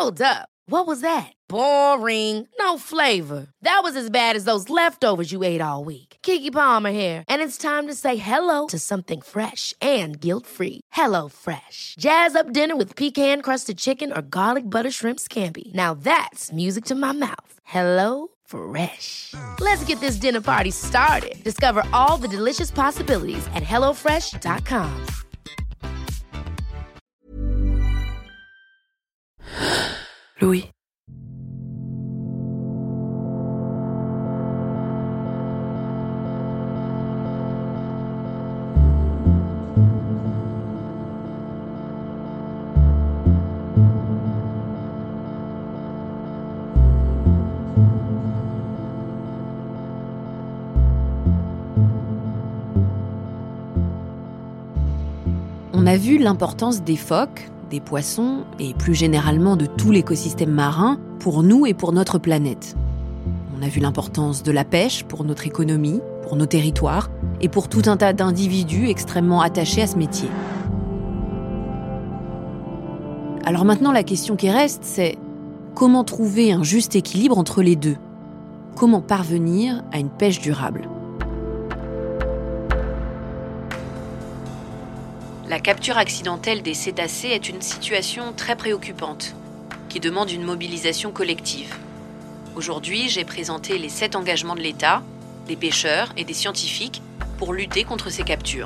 Hold up. What was that? Boring. No flavor. That was as bad as those leftovers you ate all week. Keke Palmer here. And it's time to say hello to something fresh and guilt-free. Hello Fresh. Jazz up dinner with pecan-crusted chicken or garlic butter shrimp scampi. Now that's music to my mouth. Hello Fresh. Let's get this dinner party started. Discover all the delicious possibilities at hellofresh.com. Louis. On a vu l'importance des phoques, des poissons et plus généralement de tout l'écosystème marin pour nous et pour notre planète. On a vu l'importance de la pêche pour notre économie, pour nos territoires et pour tout un tas d'individus extrêmement attachés à ce métier. Alors maintenant, la question qui reste, c'est comment trouver un juste équilibre entre les deux ? Comment parvenir à une pêche durable ? La capture accidentelle des cétacés est une situation très préoccupante, qui demande une mobilisation collective. Aujourd'hui, j'ai présenté les 7 engagements de l'État, des pêcheurs et des scientifiques pour lutter contre ces captures.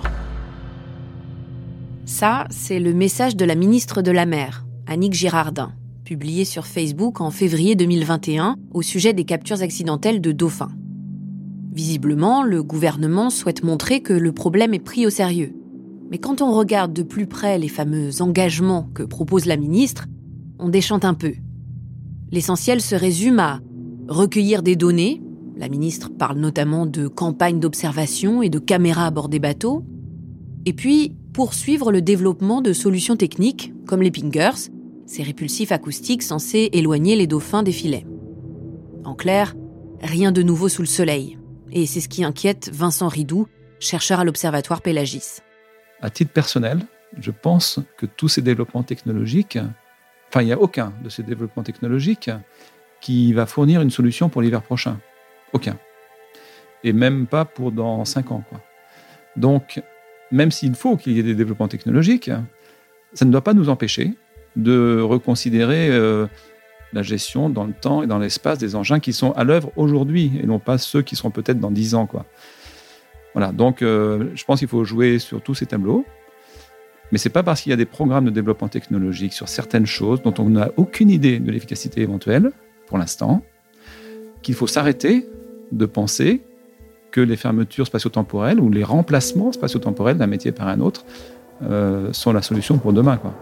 Ça, c'est le message de la ministre de la Mer, Annick Girardin, publié sur Facebook en février 2021 au sujet des captures accidentelles de dauphins. Visiblement, le gouvernement souhaite montrer que le problème est pris au sérieux. Mais quand on regarde de plus près les fameux engagements que propose la ministre, on déchante un peu. L'essentiel se résume à recueillir des données. La ministre parle notamment de campagnes d'observation et de caméras à bord des bateaux. Et puis, poursuivre le développement de solutions techniques, comme les pingers, ces répulsifs acoustiques censés éloigner les dauphins des filets. En clair, rien de nouveau sous le soleil. Et c'est ce qui inquiète Vincent Ridou, chercheur à l'Observatoire Pélagis. À titre personnel, je pense que tous ces développements technologiques, il n'y a aucun de ces développements technologiques qui va fournir une solution pour l'hiver prochain. Aucun. Et même pas pour dans 5 ans, quoi. Donc, même s'il faut qu'il y ait des développements technologiques, ça ne doit pas nous empêcher de reconsidérer la gestion dans le temps et dans l'espace des engins qui sont à l'œuvre aujourd'hui, et non pas ceux qui seront peut-être dans 10 ans, quoi. Voilà, donc je pense qu'il faut jouer sur tous ces tableaux. Mais ce n'est pas parce qu'il y a des programmes de développement technologique sur certaines choses dont on n'a aucune idée de l'efficacité éventuelle, pour l'instant, qu'il faut s'arrêter de penser que les fermetures spatio-temporelles ou les remplacements spatio-temporels d'un métier par un autre sont la solution pour demain, quoi.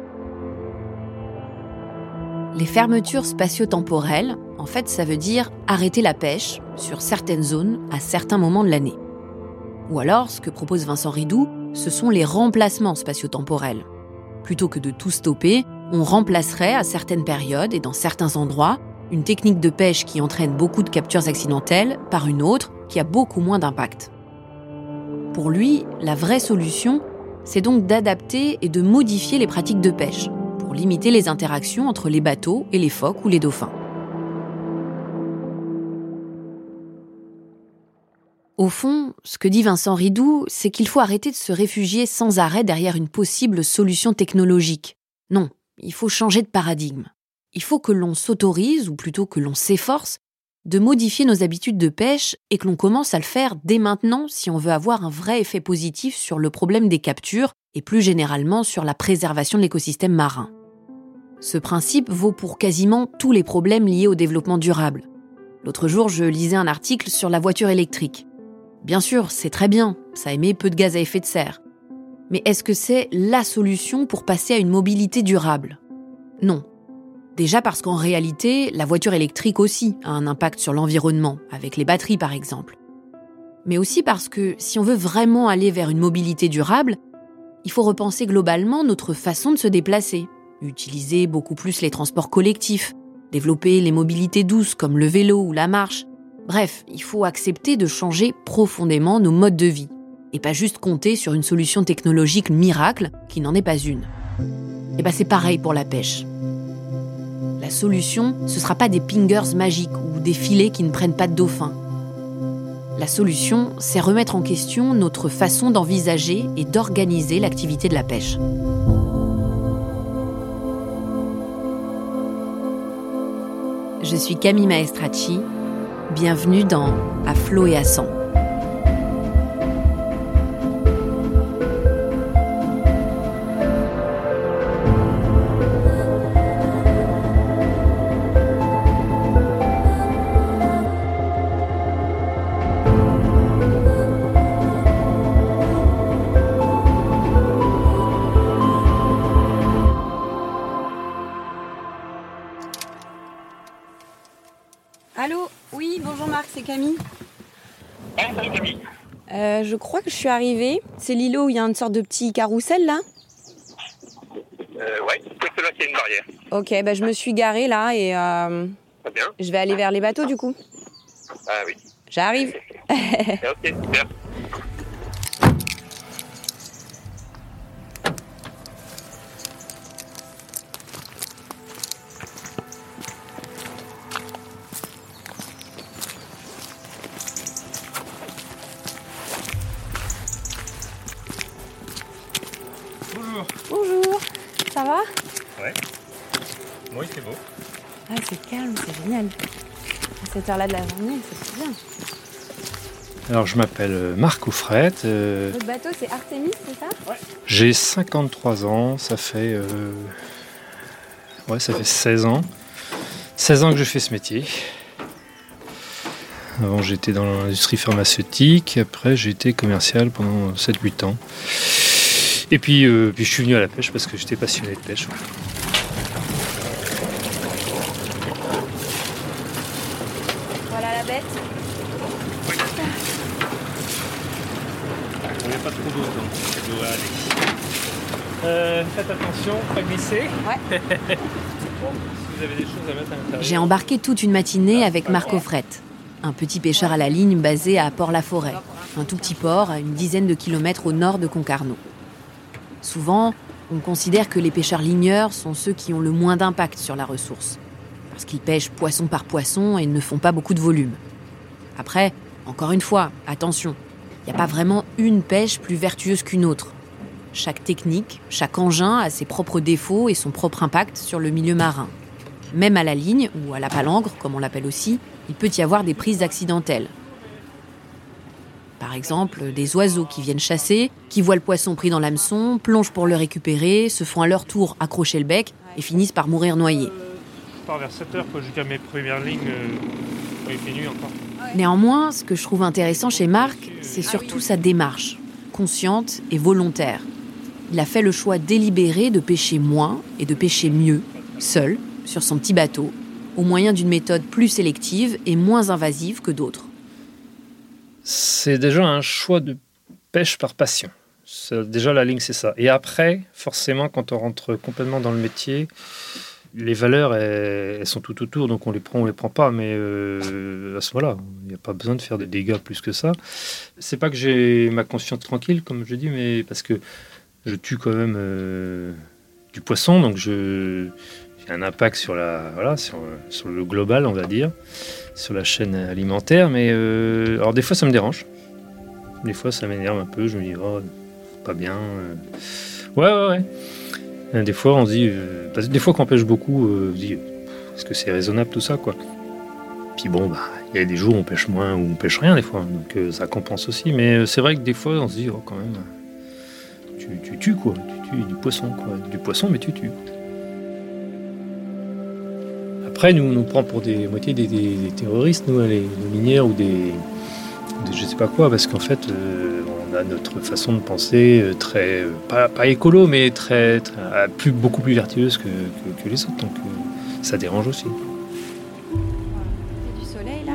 Les fermetures spatio-temporelles, en fait, ça veut dire arrêter la pêche sur certaines zones à certains moments de l'année. Ou alors, ce que propose Vincent Ridou, ce sont les remplacements spatio-temporels. Plutôt que de tout stopper, on remplacerait à certaines périodes et dans certains endroits une technique de pêche qui entraîne beaucoup de captures accidentelles par une autre qui a beaucoup moins d'impact. Pour lui, la vraie solution, c'est donc d'adapter et de modifier les pratiques de pêche pour limiter les interactions entre les bateaux et les phoques ou les dauphins. Au fond, ce que dit Vincent Ridou, c'est qu'il faut arrêter de se réfugier sans arrêt derrière une possible solution technologique. Non, il faut changer de paradigme. Il faut que l'on s'autorise, ou plutôt que l'on s'efforce, de modifier nos habitudes de pêche et que l'on commence à le faire dès maintenant si on veut avoir un vrai effet positif sur le problème des captures et plus généralement sur la préservation de l'écosystème marin. Ce principe vaut pour quasiment tous les problèmes liés au développement durable. L'autre jour, je lisais un article sur la voiture électrique. Bien sûr, c'est très bien, ça émet peu de gaz à effet de serre. Mais est-ce que c'est la solution pour passer à une mobilité durable ? Non. Déjà parce qu'en réalité, la voiture électrique aussi a un impact sur l'environnement, avec les batteries par exemple. Mais aussi parce que si on veut vraiment aller vers une mobilité durable, il faut repenser globalement notre façon de se déplacer, utiliser beaucoup plus les transports collectifs, développer les mobilités douces comme le vélo ou la marche. Bref, il faut accepter de changer profondément nos modes de vie, et pas juste compter sur une solution technologique miracle qui n'en est pas une. Et c'est pareil pour la pêche. La solution, ce ne sera pas des pingers magiques ou des filets qui ne prennent pas de dauphins. La solution, c'est remettre en question notre façon d'envisager et d'organiser l'activité de la pêche. Je suis Camille Maestracci. Bienvenue dans À flot et à sang. Allô ? Oui, bonjour Marc, c'est Camille. Salut Camille. Je crois que je suis arrivée. C'est l'îlot où il y a une sorte de petit carrousel là. Ouais, c'est là qu'il y a une barrière. Ok, je me suis garée là et Très bien. je vais aller vers les bateaux du coup. Ah oui. J'arrive. Ok, super. Bonjour. Bonjour, ça va ? Ouais. Oui, c'est beau. Ah, c'est calme, c'est génial. À cette heure-là de la journée, c'est trop bien. Alors, je m'appelle Marc Oufrette. Votre bateau, c'est Artemis, c'est ça ? J'ai 53 ans. Ça fait 16 ans. 16 ans que je fais ce métier. Avant, j'étais dans l'industrie pharmaceutique. Après, j'ai été commercial pendant 7-8 ans. Et puis, je suis venu à la pêche parce que j'étais passionné de pêche. Voilà la bête. Il n'y a pas trop d'eau dedans. Ça doit aller. Faites attention, pas glisser. Ouais. Bon, si vous avez des choses à mettre à l'intérieur. J'ai embarqué toute une matinée avec Marc Oufrette, un petit pêcheur à la ligne basé à Port-la-Forêt, un tout petit port à une dizaine de kilomètres au nord de Concarneau. Souvent, on considère que les pêcheurs ligneurs sont ceux qui ont le moins d'impact sur la ressource, parce qu'ils pêchent poisson par poisson et ne font pas beaucoup de volume. Après, encore une fois, attention, il n'y a pas vraiment une pêche plus vertueuse qu'une autre. Chaque technique, chaque engin a ses propres défauts et son propre impact sur le milieu marin. Même à la ligne, ou à la palangre, comme on l'appelle aussi, il peut y avoir des prises accidentelles. Par exemple, des oiseaux qui viennent chasser, qui voient le poisson pris dans l'hameçon, plongent pour le récupérer, se font à leur tour accrocher le bec et finissent par mourir noyés. Je pars vers 7h quand jusqu'à mes premières lignes. Il fait nuit encore. Néanmoins, ce que je trouve intéressant chez Marc, c'est surtout sa démarche, consciente et volontaire. Il a fait le choix délibéré de pêcher moins et de pêcher mieux, seul, sur son petit bateau, au moyen d'une méthode plus sélective et moins invasive que d'autres. C'est déjà un choix de pêche par passion. Déjà, la ligne, c'est ça. Et après, forcément, quand on rentre complètement dans le métier, les valeurs, elles sont tout autour, donc on les prend pas. Mais à ce moment-là, il n'y a pas besoin de faire des dégâts plus que ça. C'est pas que j'ai ma conscience tranquille, comme je dis, mais parce que je tue quand même du poisson, donc j'ai un impact sur le global, on va dire, sur la chaîne alimentaire. Mais alors des fois, ça me dérange. Des fois, ça m'énerve un peu. Je me dis, oh, pas bien. Ouais. Et des fois, on se dit, parce que des fois, quand on pêche beaucoup, on se dit, est-ce que c'est raisonnable tout ça, quoi. Puis bon, il y a des jours où on pêche moins, où on pêche rien, des fois. Donc ça compense aussi. Mais c'est vrai que des fois, on se dit, oh, quand même, tu tues, quoi. Tu tues du poisson, quoi. Du poisson, mais tu tues. Après, nous, on nous prend pour des terroristes, nous, les minières ou des je sais pas quoi, parce qu'en fait, on a notre façon de penser très, pas écolo, mais beaucoup plus vertueuse que les autres. Donc, ça dérange aussi. Il y a du soleil là ?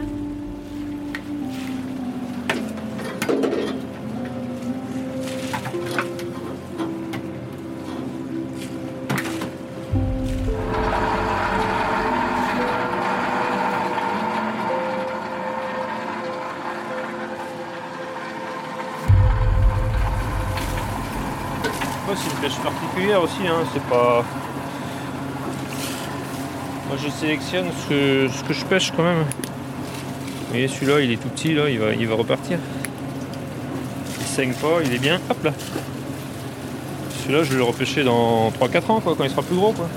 C'est une pêche particulière aussi, hein. C'est pas Moi je sélectionne ce que je pêche quand même. Vous voyez celui-là il est tout petit, là, il va repartir. Il saigne pas, il est bien. Hop là. Celui-là je vais le repêcher dans 3-4 ans quoi, quand il sera plus gros quoi.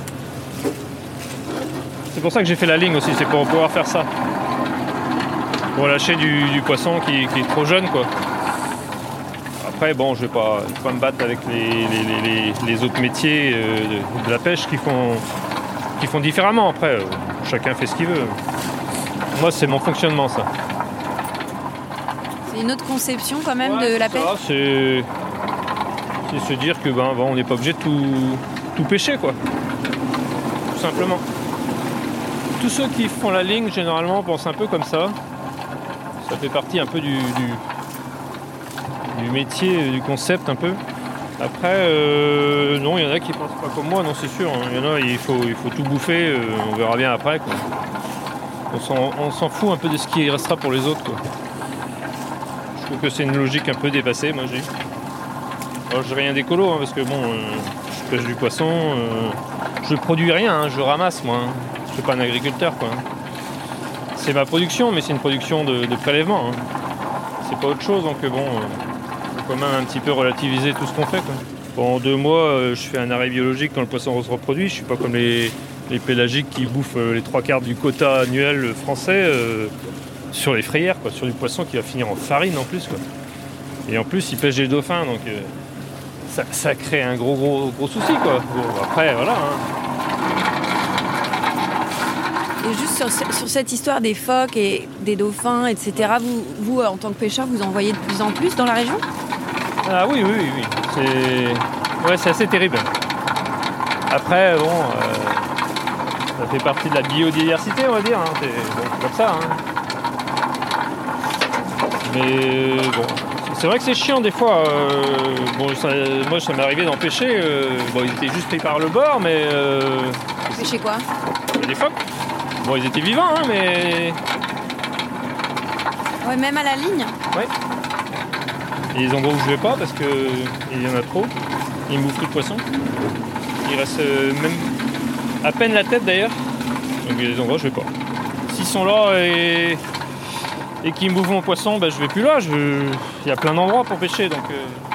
C'est pour ça que j'ai fait la ligne aussi, c'est pour pouvoir faire ça. Pour lâcher du poisson qui est trop jeune quoi. Après bon je vais pas me battre avec les autres métiers de la pêche qui font différemment. Après chacun fait ce qu'il veut. Moi c'est mon fonctionnement ça. C'est une autre conception quand même de la pêche. C'est se dire que on n'est pas obligé de tout pêcher quoi. Tout simplement. Tous ceux qui font la ligne généralement pensent un peu comme ça. Ça fait partie un peu du métier, du concept un peu. Après, non, il y en a qui pensent pas comme moi, non c'est sûr. Il y en a, il faut tout bouffer, on verra bien après. Quoi. On s'en fout un peu de ce qui restera pour les autres. Quoi. Je trouve que c'est une logique un peu dépassée, moi j'ai. Alors je dis rien d'écolo, parce que bon, je pêche du poisson, je produis rien, je ramasse moi. Je suis pas un agriculteur quoi. C'est ma production, mais c'est une production de prélèvement. C'est pas autre chose, donc bon, faut quand même un petit peu relativiser tout ce qu'on fait. Quoi. Pendant 2 mois, je fais un arrêt biologique quand le poisson se reproduit. Je suis pas comme les pélagiques qui bouffent les 3/4 du quota annuel français sur les frayères, quoi, sur du poisson qui va finir en farine en plus. Quoi. Et en plus, ils pêchent des dauphins, donc ça crée un gros souci. Quoi. Bon, après, voilà. Et juste sur cette histoire des phoques et des dauphins, etc., vous en tant que pêcheur, vous en voyez de plus en plus dans la région ? Ah oui. C'est assez terrible. Après, bon, ça fait partie de la biodiversité, on va dire. C'est comme ça. Mais bon, c'est vrai que c'est chiant des fois. Moi, ça m'est arrivé d'en pêcher. Ils étaient juste pris par le bord, mais... Pêcher quoi ? Des phoques. Bon, ils étaient vivants, mais... Ouais, même à la ligne ? Ouais. Et les endroits où je vais pas, parce qu'il y en a trop, ils me bouffent tout le poisson. Il reste même à peine la tête d'ailleurs. Donc il y a des endroits où je vais pas. S'ils sont là et qu'ils me bouffent mon poisson, je vais plus là. Il y a plein d'endroits pour pêcher, donc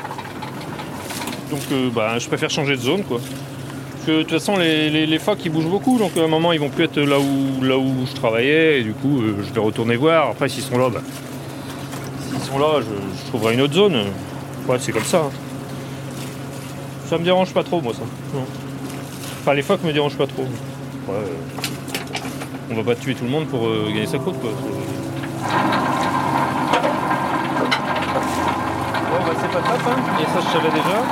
je préfère changer de zone, quoi. Parce que de toute façon les phoques ils bougent beaucoup, donc à un moment ils vont plus être là où je travaillais, et du coup je vais retourner voir. Après s'ils sont là, je trouverai une autre zone. Ouais, c'est comme ça. Ça me dérange pas trop, moi, ça. Non. Enfin, les phoques me dérangent pas trop. Ouais, on va pas tuer tout le monde pour gagner sa croûte, quoi. Bon, c'est pas top, Et ça, je savais déjà.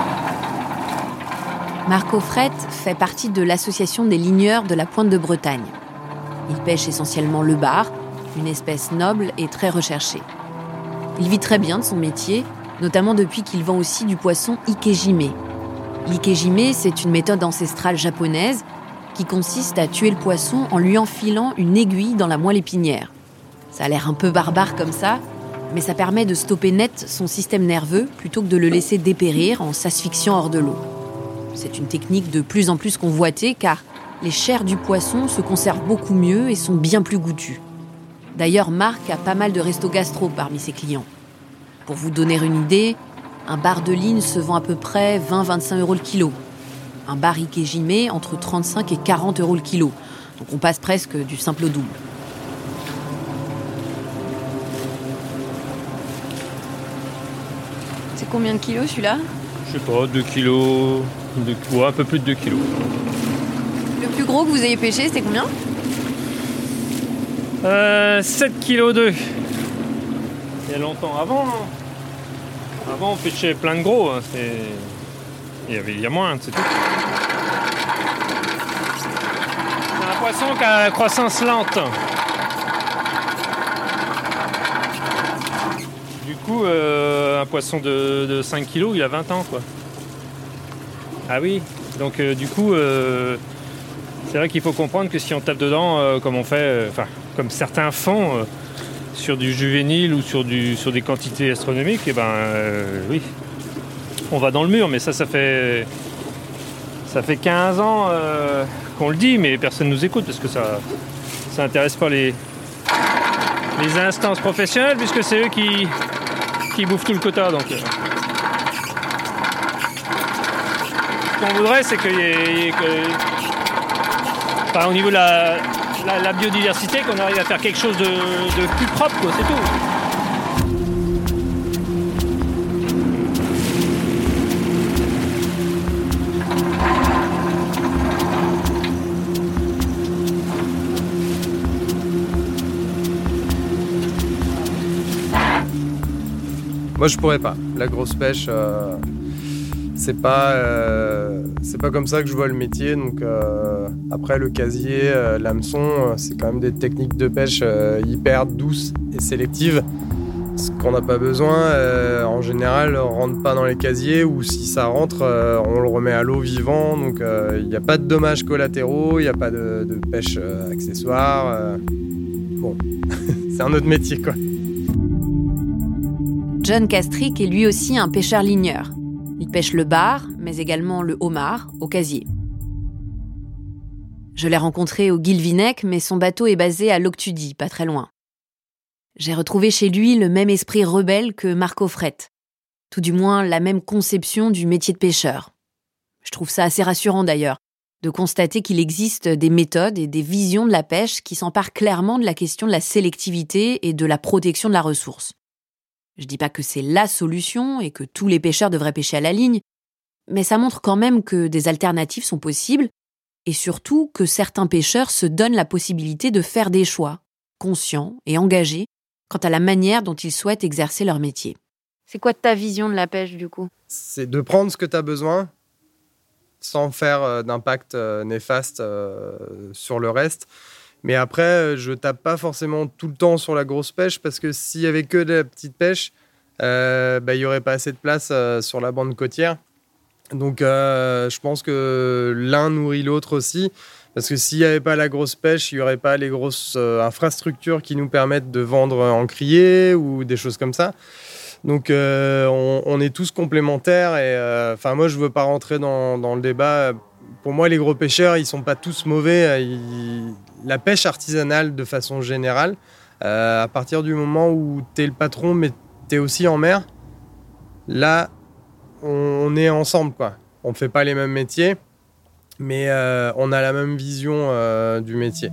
Marc Offret fait partie de l'association des ligneurs de la Pointe de Bretagne. Il pêche essentiellement le bar, une espèce noble et très recherchée. Il vit très bien de son métier, notamment depuis qu'il vend aussi du poisson ikejime. L'ikejime, c'est une méthode ancestrale japonaise qui consiste à tuer le poisson en lui enfilant une aiguille dans la moelle épinière. Ça a l'air un peu barbare comme ça, mais ça permet de stopper net son système nerveux plutôt que de le laisser dépérir en s'asphyxiant hors de l'eau. C'est une technique de plus en plus convoitée car les chairs du poisson se conservent beaucoup mieux et sont bien plus goûtues. D'ailleurs, Marc a pas mal de restos gastro parmi ses clients. Pour vous donner une idée, un bar de ligne se vend à peu près 20-25 € le kilo. Un bar ikejime entre 35 et 40 € le kilo. Donc on passe presque du simple au double. C'est combien de kilos celui-là ? Je sais pas, 2 kilos... Ouais, un peu plus de 2 kilos. Le plus gros que vous ayez pêché, c'était combien ? 7 kg 2. Il y a longtemps. Avant, on pêchait plein de gros. Il y a moins, c'est tout. C'est un poisson qui a la croissance lente. Du coup, un poisson de 5 kg, il a 20 ans, quoi. Ah oui, donc du coup, c'est vrai qu'il faut comprendre que si on tape dedans, comme on fait, comme certains font, sur du juvénile ou sur des quantités astronomiques, oui, on va dans le mur, mais ça fait Ça fait 15 ans qu'on le dit, mais personne ne nous écoute parce que ça n'intéresse pas les instances professionnelles puisque c'est eux qui bouffent tout le quota. Donc, ce qu'on voudrait, c'est qu'il y ait au niveau de la biodiversité, qu'on arrive à faire quelque chose de plus propre, quoi, c'est tout. Moi, je pourrais pas. La grosse pêche, c'est pas comme ça que je vois le métier. Donc après, le casier, l'hameçon, c'est quand même des techniques de pêche hyper douces et sélectives. Ce qu'on n'a pas besoin, en général, on rentre pas dans les casiers, ou si ça rentre, on le remet à l'eau vivant. Donc il n'y a pas de dommages collatéraux, il n'y a pas de pêche accessoire. Bon, c'est un autre métier, quoi. John Castric est lui aussi un pêcheur-ligneur. Il pêche le bar, mais également le homard, au casier. Je l'ai rencontré au Guilvinec, mais son bateau est basé à Loctudy, pas très loin. J'ai retrouvé chez lui le même esprit rebelle que Marco Fret. Tout du moins, la même conception du métier de pêcheur. Je trouve ça assez rassurant d'ailleurs, de constater qu'il existe des méthodes et des visions de la pêche qui s'emparent clairement de la question de la sélectivité et de la protection de la ressource. Je dis pas que c'est la solution et que tous les pêcheurs devraient pêcher à la ligne, mais ça montre quand même que des alternatives sont possibles et surtout que certains pêcheurs se donnent la possibilité de faire des choix, conscients et engagés, quant à la manière dont ils souhaitent exercer leur métier. C'est quoi ta vision de la pêche, du coup ? C'est de prendre ce que tu as besoin sans faire d'impact néfaste sur le reste. Mais après, je tape pas forcément tout le temps sur la grosse pêche, parce que s'il y avait que de la petite pêche, il y aurait pas assez de place sur la bande côtière. Donc je pense que l'un nourrit l'autre aussi, parce que s'il n'y avait pas la grosse pêche, il n'y aurait pas les grosses infrastructures qui nous permettent de vendre en criée ou des choses comme ça. Donc on est tous complémentaires et moi je veux pas rentrer dans le débat. Pour moi, les gros pêcheurs, ils sont pas tous mauvais. La pêche artisanale, de façon générale, à partir du moment où tu es le patron, mais tu es aussi en mer, là, on est ensemble, quoi. On ne fait pas les mêmes métiers, mais on a la même vision du métier.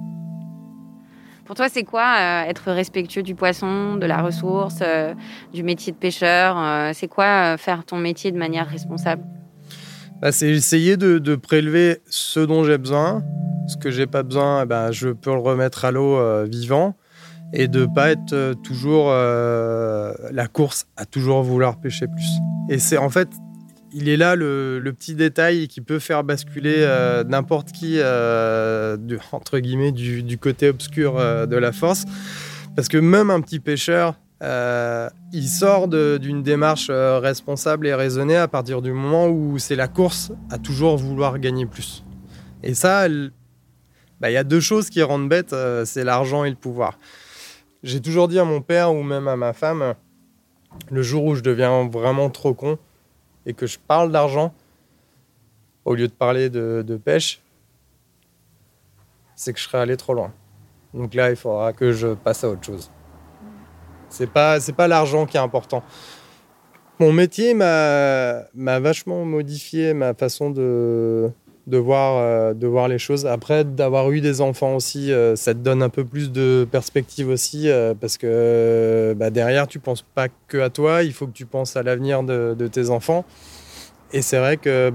Pour toi, c'est quoi être respectueux du poisson, de la ressource, du métier de pêcheur ? C'est quoi faire ton métier de manière responsable ? C'est essayer de prélever ce dont j'ai besoin. Ce que j'ai pas besoin, je peux le remettre à l'eau vivant, et de pas être toujours la course à toujours vouloir pêcher plus. Et c'est en fait, il est là le petit détail qui peut faire basculer n'importe qui entre guillemets du côté obscur de la force, parce que même un petit pêcheur, il sort d'une démarche responsable et raisonnée à partir du moment où c'est la course à toujours vouloir gagner plus. Et ça, y a deux choses qui rendent bête, c'est l'argent et le pouvoir. J'ai toujours dit à mon père ou même à ma femme, le jour où je deviens vraiment trop con et que je parle d'argent au lieu de parler de pêche, c'est que je serai allé trop loin. Donc là, il faudra que je passe à autre chose. C'est pas l'argent qui est important. Mon métier m'a vachement modifié ma façon de voir les choses. Après, d'avoir eu des enfants aussi, ça te donne un peu plus de perspective aussi, parce que derrière, tu penses pas que à toi, il faut que tu penses à l'avenir de tes enfants. Et c'est vrai que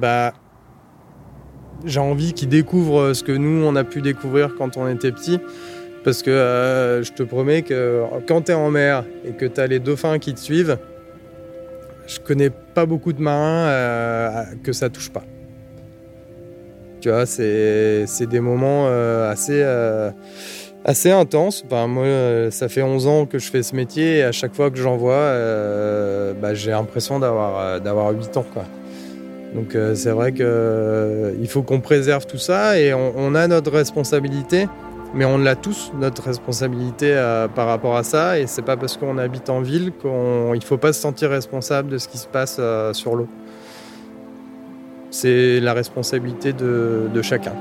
j'ai envie qu'ils découvrent ce que nous, on a pu découvrir quand on était petits. Parce que je te promets que quand tu es en mer et que tu as les dauphins qui te suivent, je connais pas beaucoup de marins que ça touche pas. Tu vois, c'est des moments assez intenses. Moi, ça fait 11 ans que je fais ce métier et à chaque fois que j'en vois, j'ai l'impression d'avoir 8 ans, quoi. Donc c'est vrai qu'il faut qu'on préserve tout ça et on a notre responsabilité. Mais on l'a tous, notre responsabilité par rapport à ça. Et c'est pas parce qu'on habite en ville qu'il ne faut pas se sentir responsable de ce qui se passe sur l'eau. C'est la responsabilité de chacun.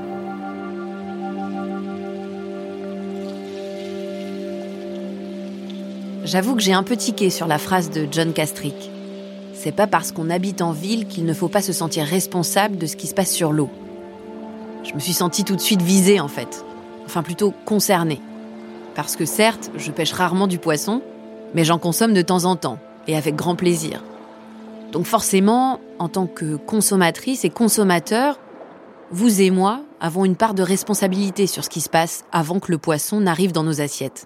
J'avoue que j'ai un peu tiqué sur la phrase de John Castrick. C'est pas parce qu'on habite en ville qu'il ne faut pas se sentir responsable de ce qui se passe sur l'eau. Je me suis sentie tout de suite visée, en fait. Enfin, plutôt concernée. Parce que certes, je pêche rarement du poisson, mais j'en consomme de temps en temps, et avec grand plaisir. Donc forcément, en tant que consommatrice et consommateur, vous et moi avons une part de responsabilité sur ce qui se passe avant que le poisson n'arrive dans nos assiettes.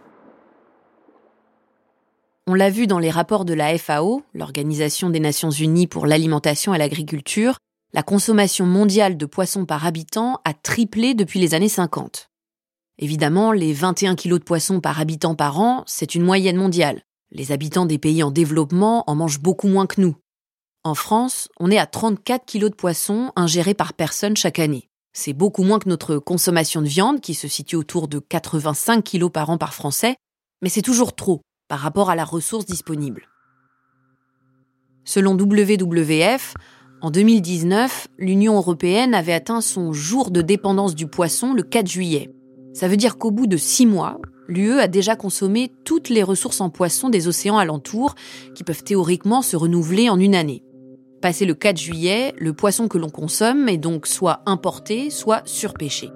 On l'a vu dans les rapports de la FAO, l'Organisation des Nations Unies pour l'alimentation et l'agriculture, la consommation mondiale de poissons par habitant a triplé depuis les années 50. Évidemment, les 21 kilos de poissons par habitant par an, c'est une moyenne mondiale. Les habitants des pays en développement en mangent beaucoup moins que nous. En France, on est à 34 kilos de poissons ingérés par personne chaque année. C'est beaucoup moins que notre consommation de viande, qui se situe autour de 85 kilos par an par Français, mais c'est toujours trop par rapport à la ressource disponible. Selon WWF, en 2019, l'Union européenne avait atteint son jour de dépendance du poisson le 4 juillet. Ça veut dire qu'au bout de 6 mois, l'UE a déjà consommé toutes les ressources en poisson des océans alentours, qui peuvent théoriquement se renouveler en une année. Passé le 4 juillet, le poisson que l'on consomme est donc soit importé, soit surpêché.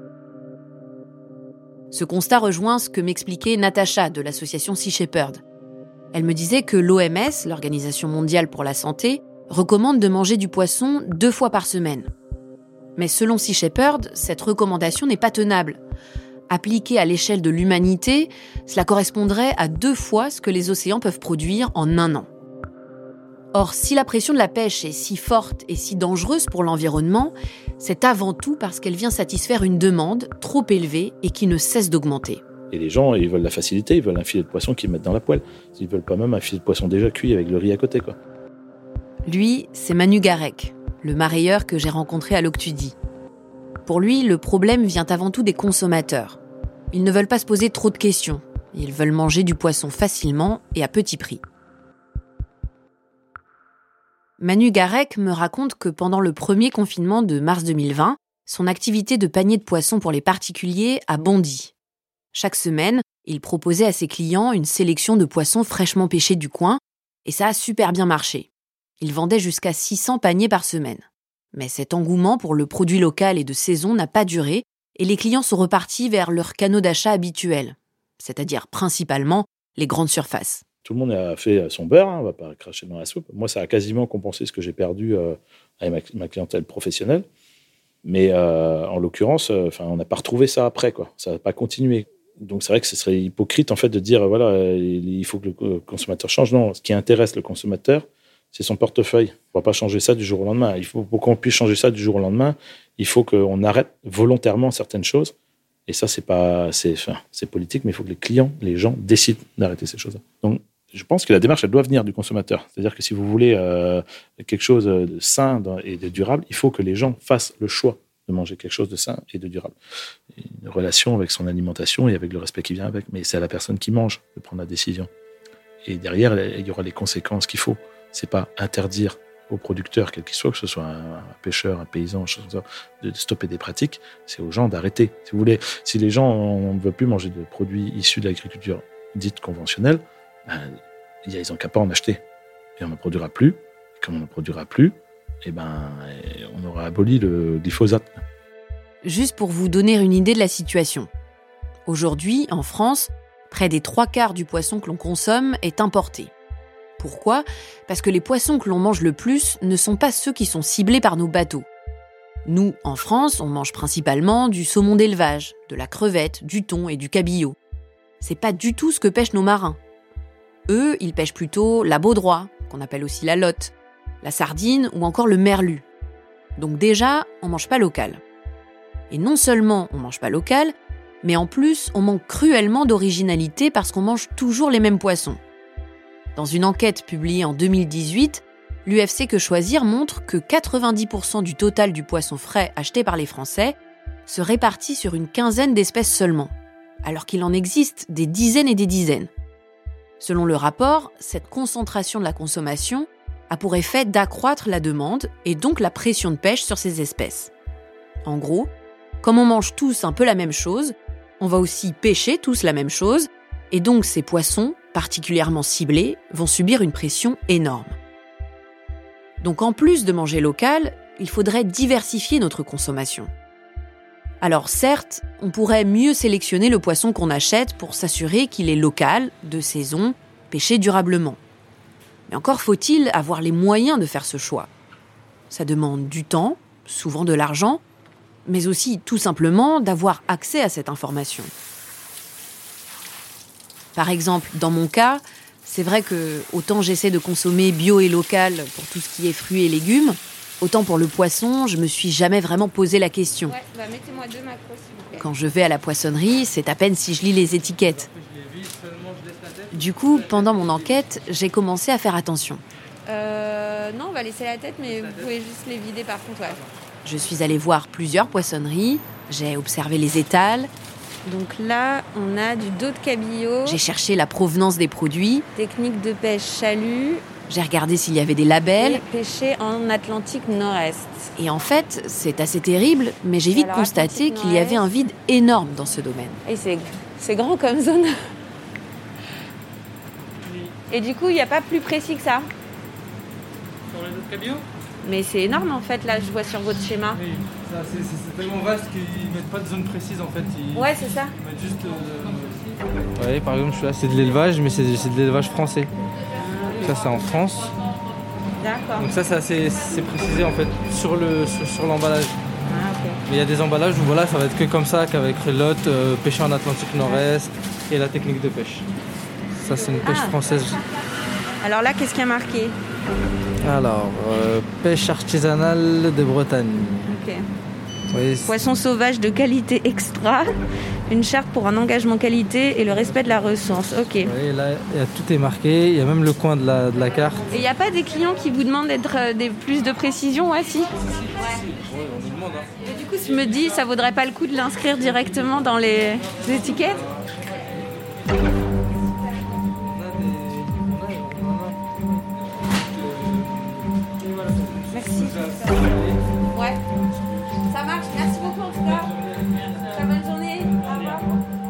Ce constat rejoint ce que m'expliquait Natacha de l'association Sea Shepherd. Elle me disait que l'OMS, l'Organisation mondiale pour la santé, recommande de manger du poisson 2 fois par semaine. Mais selon Sea Shepherd, cette recommandation n'est pas tenable. Appliquée à l'échelle de l'humanité, cela correspondrait à 2 fois ce que les océans peuvent produire en un an. Or, si la pression de la pêche est si forte et si dangereuse pour l'environnement, c'est avant tout parce qu'elle vient satisfaire une demande trop élevée et qui ne cesse d'augmenter. Et les gens, ils veulent la facilité, ils veulent un filet de poisson qu'ils mettent dans la poêle. Ils veulent pas même un filet de poisson déjà cuit avec le riz à côté, quoi. Lui, c'est Manu Garec, le marailleur que j'ai rencontré à l'Octudie. Pour lui, le problème vient avant tout des consommateurs. Ils ne veulent pas se poser trop de questions. Ils veulent manger du poisson facilement et à petit prix. Manu Garec me raconte que pendant le premier confinement de mars 2020, son activité de panier de poissons pour les particuliers a bondi. Chaque semaine, il proposait à ses clients une sélection de poissons fraîchement pêchés du coin, et ça a super bien marché. Il vendait jusqu'à 600 paniers par semaine. Mais cet engouement pour le produit local et de saison n'a pas duré, et les clients sont repartis vers leurs canaux d'achat habituels, c'est-à-dire principalement les grandes surfaces. Tout le monde a fait son beurre, on ne va pas cracher dans la soupe. Moi, ça a quasiment compensé ce que j'ai perdu avec ma clientèle professionnelle. Mais en l'occurrence, on n'a pas retrouvé ça après, quoi. Ça n'a pas continué. Donc c'est vrai que ce serait hypocrite en fait de dire il faut que le consommateur change. Non, ce qui intéresse le consommateur, c'est son portefeuille. On ne va pas changer ça du jour au lendemain. Pour qu'on puisse changer ça du jour au lendemain, il faut qu'on arrête volontairement certaines choses. Et ça, c'est politique, mais il faut que les clients, les gens décident d'arrêter ces choses-là. Donc je pense que la démarche, elle doit venir du consommateur. C'est-à-dire que si vous voulez quelque chose de sain et de durable, il faut que les gens fassent le choix de manger quelque chose de sain et de durable. Une relation avec son alimentation et avec le respect qui vient avec. Mais c'est à la personne qui mange de prendre la décision. Et derrière, il y aura les conséquences qu'il faut. C'est pas interdire aux producteurs, quel qu'il soit, que ce soit un pêcheur, un paysan, de stopper des pratiques. C'est aux gens d'arrêter. Si vous voulez, si les gens ne veulent plus manger de produits issus de l'agriculture dite conventionnelle, ils n'ont qu'à pas en acheter. Et on n'en produira plus. Et comme on n'en produira plus, on aura aboli le glyphosate. Juste pour vous donner une idée de la situation. Aujourd'hui, en France, près des 3/4 du poisson que l'on consomme est importé. Pourquoi ? Parce que les poissons que l'on mange le plus ne sont pas ceux qui sont ciblés par nos bateaux. Nous, en France, on mange principalement du saumon d'élevage, de la crevette, du thon et du cabillaud. C'est pas du tout ce que pêchent nos marins. Eux, ils pêchent plutôt la baudroie, qu'on appelle aussi la lotte, la sardine ou encore le merlu. Donc déjà, on mange pas local. Et non seulement on mange pas local, mais en plus, on manque cruellement d'originalité parce qu'on mange toujours les mêmes poissons. Dans une enquête publiée en 2018, l'UFC Que Choisir montre que 90% du total du poisson frais acheté par les Français se répartit sur une quinzaine d'espèces seulement, alors qu'il en existe des dizaines et des dizaines. Selon le rapport, cette concentration de la consommation a pour effet d'accroître la demande et donc la pression de pêche sur ces espèces. En gros, comme on mange tous un peu la même chose, on va aussi pêcher tous la même chose, et donc ces poissons, particulièrement ciblés, vont subir une pression énorme. Donc en plus de manger local, il faudrait diversifier notre consommation. Alors certes, on pourrait mieux sélectionner le poisson qu'on achète pour s'assurer qu'il est local, de saison, pêché durablement. Mais encore faut-il avoir les moyens de faire ce choix. Ça demande du temps, souvent de l'argent, mais aussi tout simplement d'avoir accès à cette information. Par exemple, dans mon cas, c'est vrai que autant j'essaie de consommer bio et local pour tout ce qui est fruits et légumes, autant pour le poisson, je me suis jamais vraiment posé la question. Ouais, bah mettez-moi 2 macros, s'il vous plaît. Quand je vais à la poissonnerie, c'est à peine si je lis les étiquettes. Du coup, pendant mon enquête, j'ai commencé à faire attention. Non, on va laisser la tête, mais vous pouvez juste les vider par contre, ouais. Je suis allée voir plusieurs poissonneries, j'ai observé les étals, Donc là, on a du dos de cabillaud, j'ai cherché la provenance des produits, technique de pêche chalut, j'ai regardé s'il y avait des labels. et pêché en Atlantique Nord-Est. Et en fait, c'est assez terrible, mais j'ai vite Alors, constaté Atlantique qu'il y avait un Nord-Est. vide énorme dans ce domaine. Et c'est grand comme zone. Et du coup, il n'y a pas plus précis que ça. Sur les autres cabillots ? Mais c'est énorme en fait, là, je vois sur votre schéma. Oui, ça, c'est tellement vaste qu'ils mettent pas de zone précise en fait. Ils C'est ça. mettent juste. Ouais, par exemple, là, c'est de l'élevage, mais c'est de l'élevage français. Ça, c'est en France. D'accord. Donc ça, c'est précisé en fait sur l'emballage. Ah, ok. Mais il y a des emballages où voilà, ça va être que comme ça, qu'avec l'hôte, pêché en Atlantique Nord-Est et la technique de pêche. Ça, c'est une pêche française. Alors là, qu'est-ce qu'il y a marqué ? Alors, pêche artisanale de Bretagne. Ok. Oui, Poisson sauvage de qualité extra, une charte pour un engagement qualité et le respect de la ressource. Ok. Et là, tout est marqué. Il y a même le coin de la carte. il n'y a pas des clients qui vous demandent d'être plus de précision ? Ouais, si. Ouais, on nous demande. Et du coup, je me dis, ça vaudrait pas le coup de l'inscrire directement dans les étiquettes ? Merci. Ouais. Ça marche. Merci beaucoup en tout cas. Très bonne journée. Au revoir.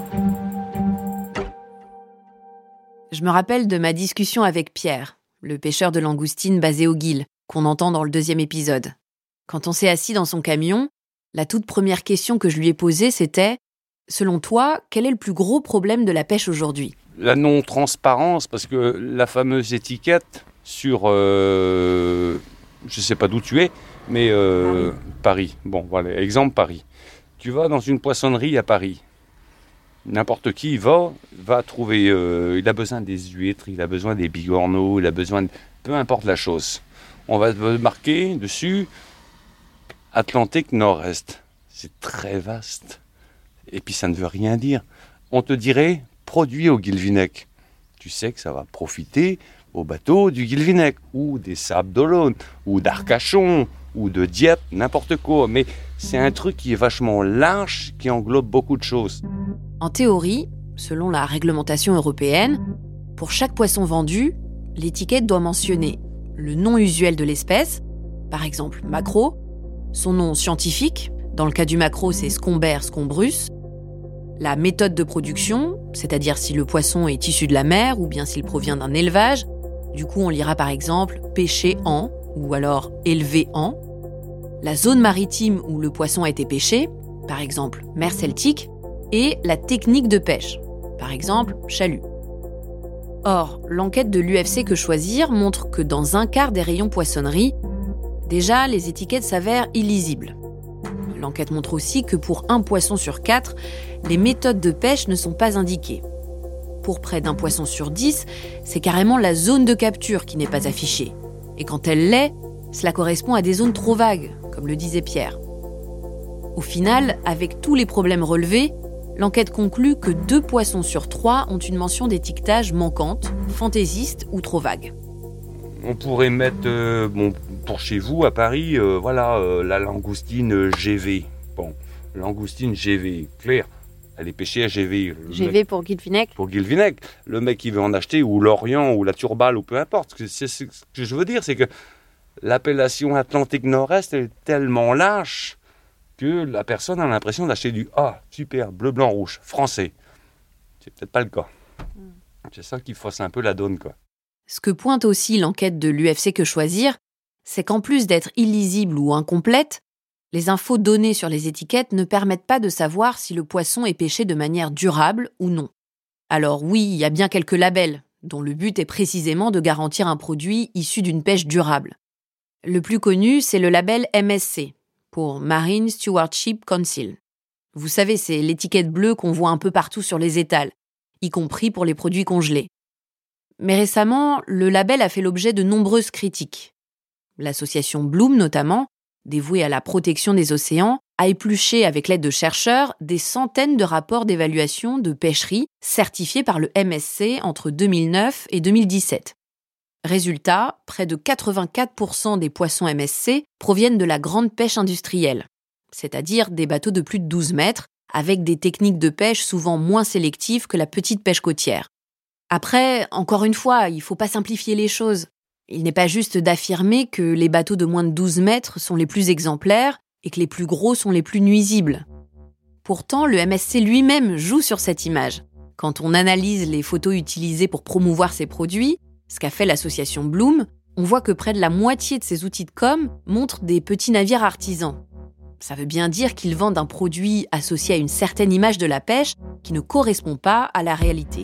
Je me rappelle de ma discussion avec Pierre, le pêcheur de langoustines basé au Guil, qu'on entend dans le 2e épisode. Quand on s'est assis dans son camion, la toute première question que je lui ai posée, c'était « Selon toi, quel est le plus gros problème de la pêche aujourd'hui ?» La non-transparence, parce que la fameuse étiquette sur, je ne sais pas d'où tu es, mais Paris. Bon, voilà, exemple Paris. Tu vas dans une poissonnerie à Paris. N'importe qui va trouver, il a besoin des huîtres, il a besoin des bigorneaux, il a besoin de... Peu importe la chose. On va marquer dessus Atlantique Nord-Est. C'est très vaste. Et puis ça ne veut rien dire. On te dirait produit au Guilvinec. Tu sais que ça va profiter au bateau du Guilvinec, ou des Sables d'Olonne, ou d'Arcachon, ou de Dieppe, n'importe quoi. Mais c'est un truc qui est vachement large, qui englobe beaucoup de choses. En théorie, selon la réglementation européenne, pour chaque poisson vendu, l'étiquette doit mentionner le nom usuel de l'espèce, par exemple maquereau, son nom scientifique, dans le cas du maquereau c'est Scombert scombrus, la méthode de production, c'est-à-dire si le poisson est issu de la mer ou bien s'il provient d'un élevage, du coup on lira par exemple pêché en ou alors élevé en, la zone maritime où le poisson a été pêché, par exemple mer Celtique, et la technique de pêche, par exemple chalut. Or, l'enquête de l'UFC Que Choisir montre que dans un quart des rayons poissonnerie, déjà les étiquettes s'avèrent illisibles. L'enquête montre aussi que pour un poisson sur 4, les méthodes de pêche ne sont pas indiquées. Pour près d'un poisson sur 10, c'est carrément la zone de capture qui n'est pas affichée. Et quand elle l'est, cela correspond à des zones trop vagues, comme le disait Pierre. Au final, avec tous les problèmes relevés, l'enquête conclut que 2 poissons sur 3 ont une mention d'étiquetage manquante, fantaisiste ou trop vague. On pourrait mettre, pour chez vous à Paris, la langoustine GV. Bon, langoustine GV, clair, Elle est pêchée à GV. GV pour Guilvinec. Pour Guilvinec. Le mec qui veut en acheter, ou l'Orient, ou la Turballe, ou peu importe. C'est ce que je veux dire, c'est que l'appellation Atlantique Nord-Est est tellement lâche que la personne a l'impression d'acheter du « Ah, super, bleu, blanc, rouge, français ». C'est peut-être pas le cas. C'est ça qui fausse un peu la donne, quoi. Ce que pointe aussi l'enquête de l'UFC Que Choisir, c'est qu'en plus d'être illisible ou incomplète, les infos données sur les étiquettes ne permettent pas de savoir si le poisson est pêché de manière durable ou non. Alors oui, il y a bien quelques labels, dont le but est précisément de garantir un produit issu d'une pêche durable. Le plus connu, c'est le label MSC, pour Marine Stewardship Council. Vous savez, c'est l'étiquette bleue qu'on voit un peu partout sur les étals, y compris pour les produits congelés. Mais récemment, le label a fait l'objet de nombreuses critiques. L'association Bloom, notamment, dévouée à la protection des océans, a épluché avec l'aide de chercheurs des centaines de rapports d'évaluation de pêcherie certifiés par le MSC entre 2009 et 2017. Résultat, près de 84% des poissons MSC proviennent de la grande pêche industrielle, c'est-à-dire des bateaux de plus de 12 mètres, avec des techniques de pêche souvent moins sélectives que la petite pêche côtière. Après, encore une fois, il ne faut pas simplifier les choses. Il n'est pas juste d'affirmer que les bateaux de moins de 12 mètres sont les plus exemplaires et que les plus gros sont les plus nuisibles. Pourtant, le MSC lui-même joue sur cette image. Quand on analyse les photos utilisées pour promouvoir ses produits, ce qu'a fait l'association Bloom, on voit que près de la moitié de ces outils de com montrent des petits navires artisans. Ça veut bien dire qu'ils vendent un produit associé à une certaine image de la pêche qui ne correspond pas à la réalité.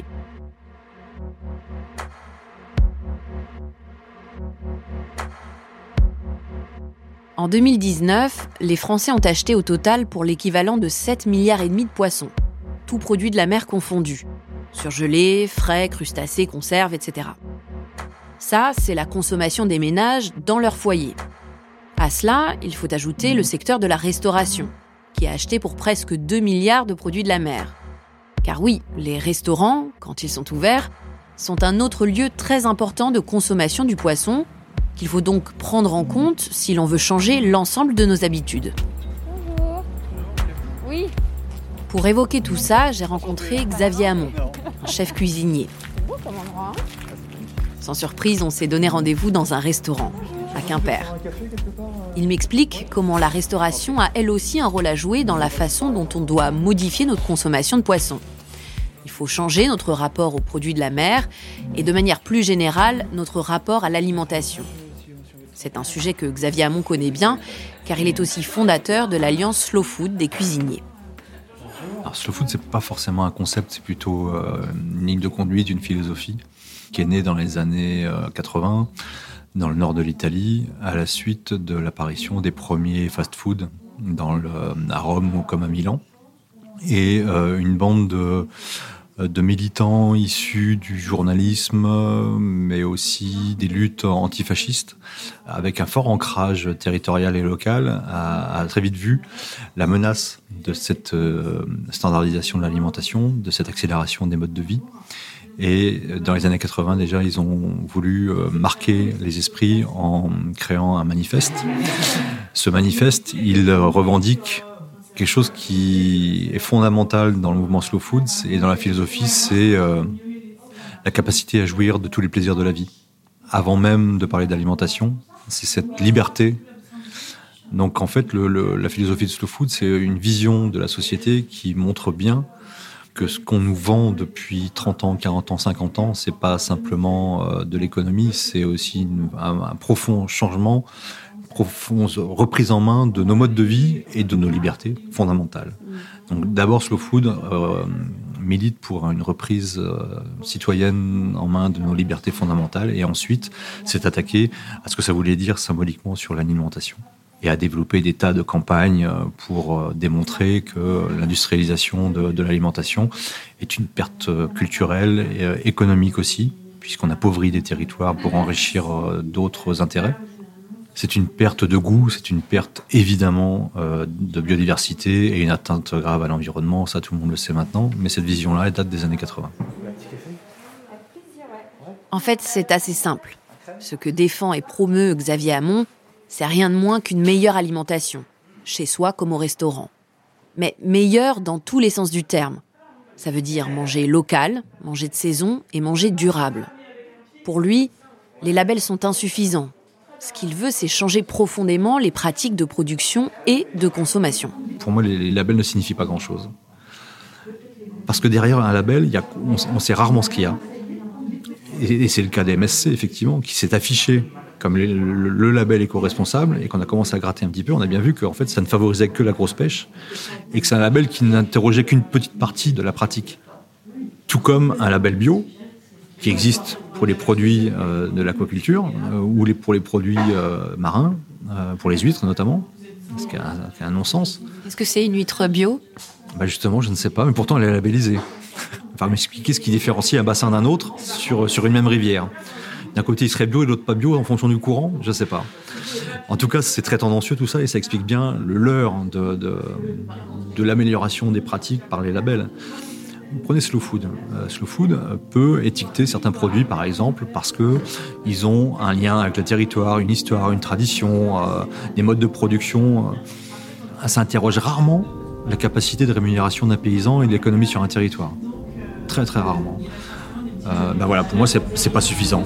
En 2019, les Français ont acheté au total pour l'équivalent de 7,5 milliards de poissons, tous produits de la mer confondus, surgelés, frais, crustacés, conserves, etc. Ça, c'est la consommation des ménages dans leur foyer. À cela, il faut ajouter le secteur de la restauration, qui a acheté pour presque 2 milliards de produits de la mer. Car oui, les restaurants, quand ils sont ouverts, sont un autre lieu très important de consommation du poisson, qu'il faut donc prendre en compte si l'on veut changer l'ensemble de nos habitudes. Bonjour. Oui. Pour évoquer tout ça, j'ai rencontré Xavier Hamon, un chef cuisinier. C'est beau comme endroit. Sans surprise, on s'est donné rendez-vous dans un restaurant, à Quimper. Il m'explique comment la restauration a elle aussi un rôle à jouer dans la façon dont on doit modifier notre consommation de poissons. Il faut changer notre rapport aux produits de la mer et de manière plus générale, notre rapport à l'alimentation. C'est un sujet que Xavier Hamon connaît bien, car il est aussi fondateur de l'Alliance Slow Food des cuisiniers. Alors, Slow Food, c'est pas forcément un concept, c'est plutôt une ligne de conduite, une philosophie qui est née dans les années 80, dans le nord de l'Italie, à la suite de l'apparition des premiers fast-food à Rome ou comme à Milan. Et une bande de militants issus du journalisme, mais aussi des luttes antifascistes, avec un fort ancrage territorial et local, a très vite vu la menace de cette standardisation de l'alimentation, de cette accélération des modes de vie. Et dans les années 80, déjà, ils ont voulu marquer les esprits en créant un manifeste. Ce manifeste, il revendique quelque chose qui est fondamental dans le mouvement Slow Foods et dans la philosophie, c'est la capacité à jouir de tous les plaisirs de la vie. Avant même de parler d'alimentation, c'est cette liberté. Donc en fait, la philosophie de Slow Food, c'est une vision de la société qui montre bien que ce qu'on nous vend depuis 30 ans, 40 ans, 50 ans, c'est pas simplement de l'économie, c'est aussi un profond changement, profonde reprise en main de nos modes de vie et de nos libertés fondamentales. Donc d'abord, Slow Food milite pour une reprise citoyenne en main de nos libertés fondamentales et ensuite s'est attaqué à ce que ça voulait dire symboliquement sur l'alimentation et a développé des tas de campagnes pour démontrer que l'industrialisation de l'alimentation est une perte culturelle et économique aussi, puisqu'on appauvrit des territoires pour enrichir d'autres intérêts. C'est une perte de goût, c'est une perte évidemment de biodiversité et une atteinte grave à l'environnement, ça tout le monde le sait maintenant, mais cette vision-là, elle date des années 80. En fait, c'est assez simple. Ce que défend et promeut Xavier Hamon, c'est rien de moins qu'une meilleure alimentation, chez soi comme au restaurant. Mais meilleure dans tous les sens du terme. Ça veut dire manger local, manger de saison et manger durable. Pour lui, les labels sont insuffisants. Ce qu'il veut, c'est changer profondément les pratiques de production et de consommation. Pour moi, les labels ne signifient pas grand-chose. Parce que derrière un label, on sait rarement ce qu'il y a. Et c'est le cas des MSC, effectivement, qui s'est affiché comme le label éco-responsable, et qu'on a commencé à gratter un petit peu, on a bien vu qu'en fait, ça ne favorisait que la grosse pêche, et que c'est un label qui n'interrogeait qu'une petite partie de la pratique. Tout comme un label bio, qui existe pour les produits de l'aquaculture, ou pour les produits marins, pour les huîtres notamment, ce qui est un non-sens. Est-ce que c'est une huître bio ? Justement, je ne sais pas, mais pourtant elle est labellisée. Enfin, m'expliquer ce qui différencie un bassin d'un autre sur une même rivière. D'un côté, il serait bio et l'autre pas bio en fonction du courant, je ne sais pas. En tout cas, c'est très tendancieux tout ça, et ça explique bien le leurre de l'amélioration des pratiques par les labels. Prenez Slow Food. Slow Food peut étiqueter certains produits, par exemple, parce qu'ils ont un lien avec le territoire, une histoire, une tradition, des modes de production. Ça interroge rarement la capacité de rémunération d'un paysan et de l'économie sur un territoire. Très, très rarement. Voilà, pour moi, c'est pas suffisant.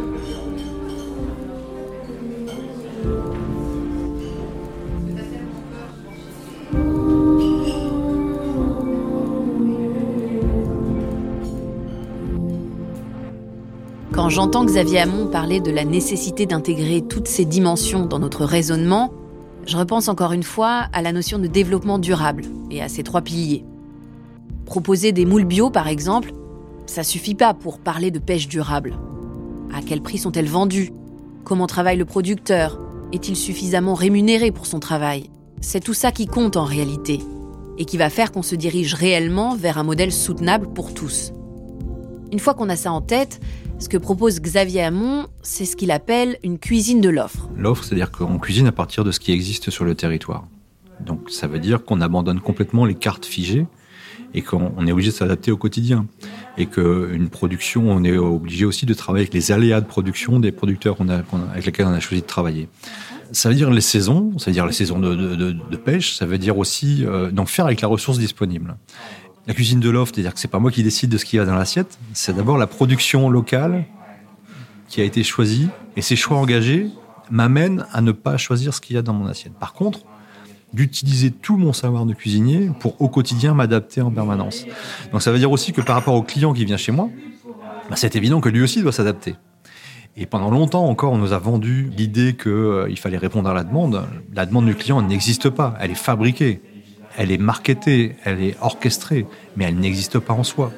Quand j'entends Xavier Hamon parler de la nécessité d'intégrer toutes ces dimensions dans notre raisonnement, je repense encore une fois à la notion de développement durable et à ses 3 piliers. Proposer des moules bio, par exemple, ça suffit pas pour parler de pêche durable. À quel prix sont-elles vendues ? Comment travaille le producteur ? Est-il suffisamment rémunéré pour son travail ? C'est tout ça qui compte en réalité, et qui va faire qu'on se dirige réellement vers un modèle soutenable pour tous. Une fois qu'on a ça en tête, ce que propose Xavier Hamon, c'est ce qu'il appelle une cuisine de l'offre. L'offre, c'est-à-dire qu'on cuisine à partir de ce qui existe sur le territoire. Donc ça veut dire qu'on abandonne complètement les cartes figées et qu'on est obligé de s'adapter au quotidien. Et qu'une production, on est obligé aussi de travailler avec les aléas de production des producteurs avec lesquels on a choisi de travailler. Ça veut dire les saisons, ça veut dire les saisons de pêche, ça veut dire aussi d'en faire avec la ressource disponible. La cuisine de l'offre, c'est-à-dire que c'est pas moi qui décide de ce qu'il y a dans l'assiette, c'est d'abord la production locale qui a été choisie, et ces choix engagés m'amènent à ne pas choisir ce qu'il y a dans mon assiette. Par contre, d'utiliser tout mon savoir de cuisinier pour au quotidien m'adapter en permanence. Donc ça veut dire aussi que par rapport au client qui vient chez moi, c'est évident que lui aussi doit s'adapter. Et pendant longtemps encore, on nous a vendu l'idée qu'il fallait répondre à la demande. La demande du client n'existe pas, elle est fabriquée. Elle est marketée, elle est orchestrée, mais elle n'existe pas en soi.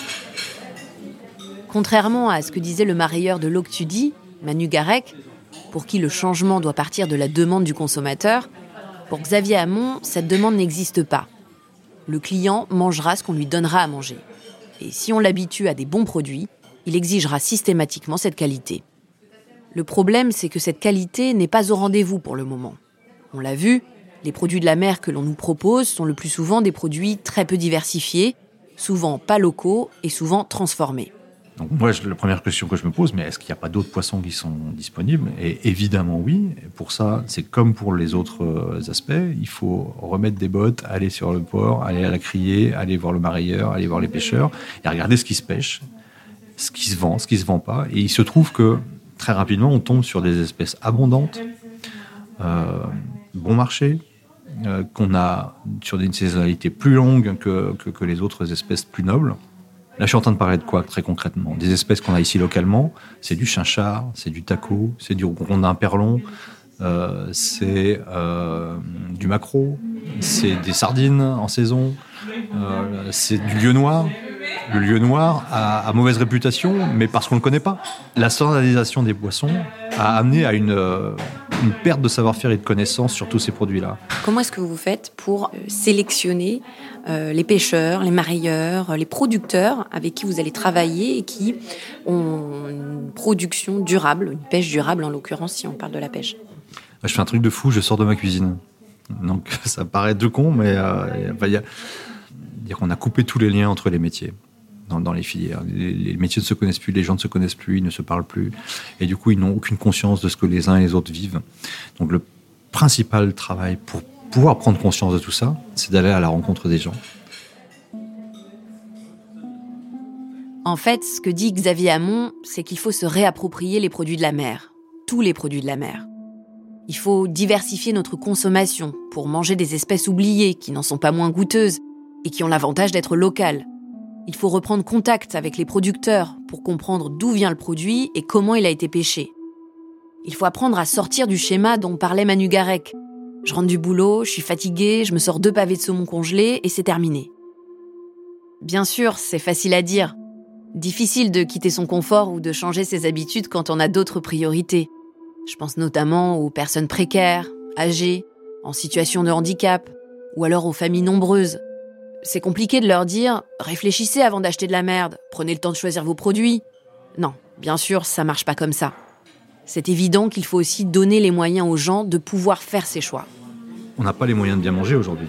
Contrairement à ce que disait le marailleur de l'Octudie, Manu Garec, pour qui le changement doit partir de la demande du consommateur, pour Xavier Hamon, cette demande n'existe pas. Le client mangera ce qu'on lui donnera à manger. Et si on l'habitue à des bons produits, il exigera systématiquement cette qualité. Le problème, c'est que cette qualité n'est pas au rendez-vous pour le moment. On l'a vu, les produits de la mer que l'on nous propose sont le plus souvent des produits très peu diversifiés, souvent pas locaux et souvent transformés. Donc moi, la première question que je me pose, mais est-ce qu'il n'y a pas d'autres poissons qui sont disponibles ? Et évidemment oui. Et pour ça, c'est comme pour les autres aspects, il faut remettre des bottes, aller sur le port, aller à la criée, aller voir le marailleur, aller voir les pêcheurs, et regarder ce qui se pêche, ce qui se vend, ce qui ne se vend pas. Et il se trouve que très rapidement, on tombe sur des espèces abondantes, bon marché, qu'on a sur une saisonnalité plus longue que les autres espèces plus nobles. Là, je suis en train de parler de quoi, très concrètement ? Des espèces qu'on a ici localement, c'est du chinchard, c'est du taco, c'est du rondin perlon, c'est du maquereau, c'est des sardines en saison, c'est du lieu noir. Le lieu noir a mauvaise réputation, mais parce qu'on ne le connaît pas. La standardisation des poissons a amené à une perte de savoir-faire et de connaissances sur tous ces produits-là. Comment est-ce que vous faites pour sélectionner les pêcheurs, les marailleurs, les producteurs avec qui vous allez travailler et qui ont une production durable, une pêche durable en l'occurrence, si on parle de la pêche ? Je fais un truc de fou, je sors de ma cuisine. Donc ça paraît de con, mais on a coupé tous les liens entre les métiers dans les filières. Les métiers ne se connaissent plus, les gens ne se connaissent plus, ils ne se parlent plus. Et du coup, ils n'ont aucune conscience de ce que les uns et les autres vivent. Donc le principal travail pour pouvoir prendre conscience de tout ça, c'est d'aller à la rencontre des gens. En fait, ce que dit Xavier Hamon, c'est qu'il faut se réapproprier les produits de la mer. Tous les produits de la mer. Il faut diversifier notre consommation pour manger des espèces oubliées qui n'en sont pas moins goûteuses et qui ont l'avantage d'être locales. Il faut reprendre contact avec les producteurs pour comprendre d'où vient le produit et comment il a été pêché. Il faut apprendre à sortir du schéma dont parlait Manu Garec. Je rentre du boulot, je suis fatiguée, je me sors 2 pavés de saumon congelé et c'est terminé. Bien sûr, c'est facile à dire. Difficile de quitter son confort ou de changer ses habitudes quand on a d'autres priorités. Je pense notamment aux personnes précaires, âgées, en situation de handicap, ou alors aux familles nombreuses. C'est compliqué de leur dire « Réfléchissez avant d'acheter de la merde, prenez le temps de choisir vos produits ». Non, bien sûr, ça marche pas comme ça. C'est évident qu'il faut aussi donner les moyens aux gens de pouvoir faire ces choix. On n'a pas les moyens de bien manger aujourd'hui.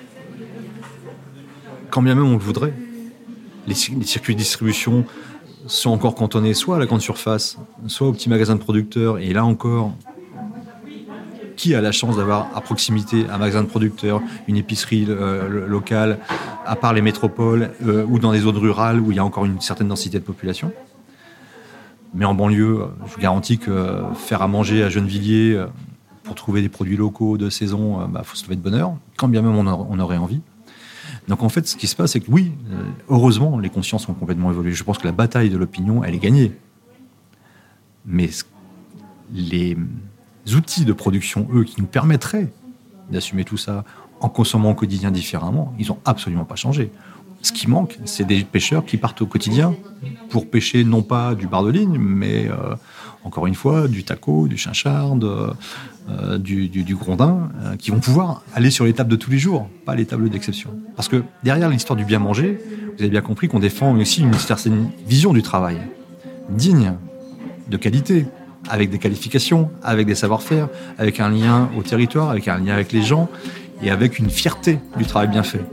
Quand bien même on le voudrait. Les circuits de distribution sont encore cantonnés soit à la grande surface, soit aux petits magasins de producteurs. Et là encore, qui a la chance d'avoir à proximité un magasin de producteurs, une épicerie locale, à part les métropoles ou dans des zones rurales où il y a encore une certaine densité de population? Mais en banlieue, je vous garantis que faire à manger à Gennevilliers pour trouver des produits locaux de saison, faut se lever de bonne heure, quand bien même on aurait envie. Donc en fait, ce qui se passe, c'est que oui, heureusement, les consciences ont complètement évolué. Je pense que la bataille de l'opinion, elle est gagnée. Mais les outils de production, eux, qui nous permettraient d'assumer tout ça en consommant au quotidien différemment, ils n'ont absolument pas changé. Ce qui manque, c'est des pêcheurs qui partent au quotidien pour pêcher non pas du bar de ligne, mais encore une fois, du taco, du chincharde, du grondin, qui vont pouvoir aller sur les tables de tous les jours, pas les tables d'exception. Parce que derrière l'histoire du bien manger, vous avez bien compris qu'on défend aussi une certaine vision du travail, digne, de qualité, avec des qualifications, avec des savoir-faire, avec un lien au territoire, avec un lien avec les gens, et avec une fierté du travail bien fait.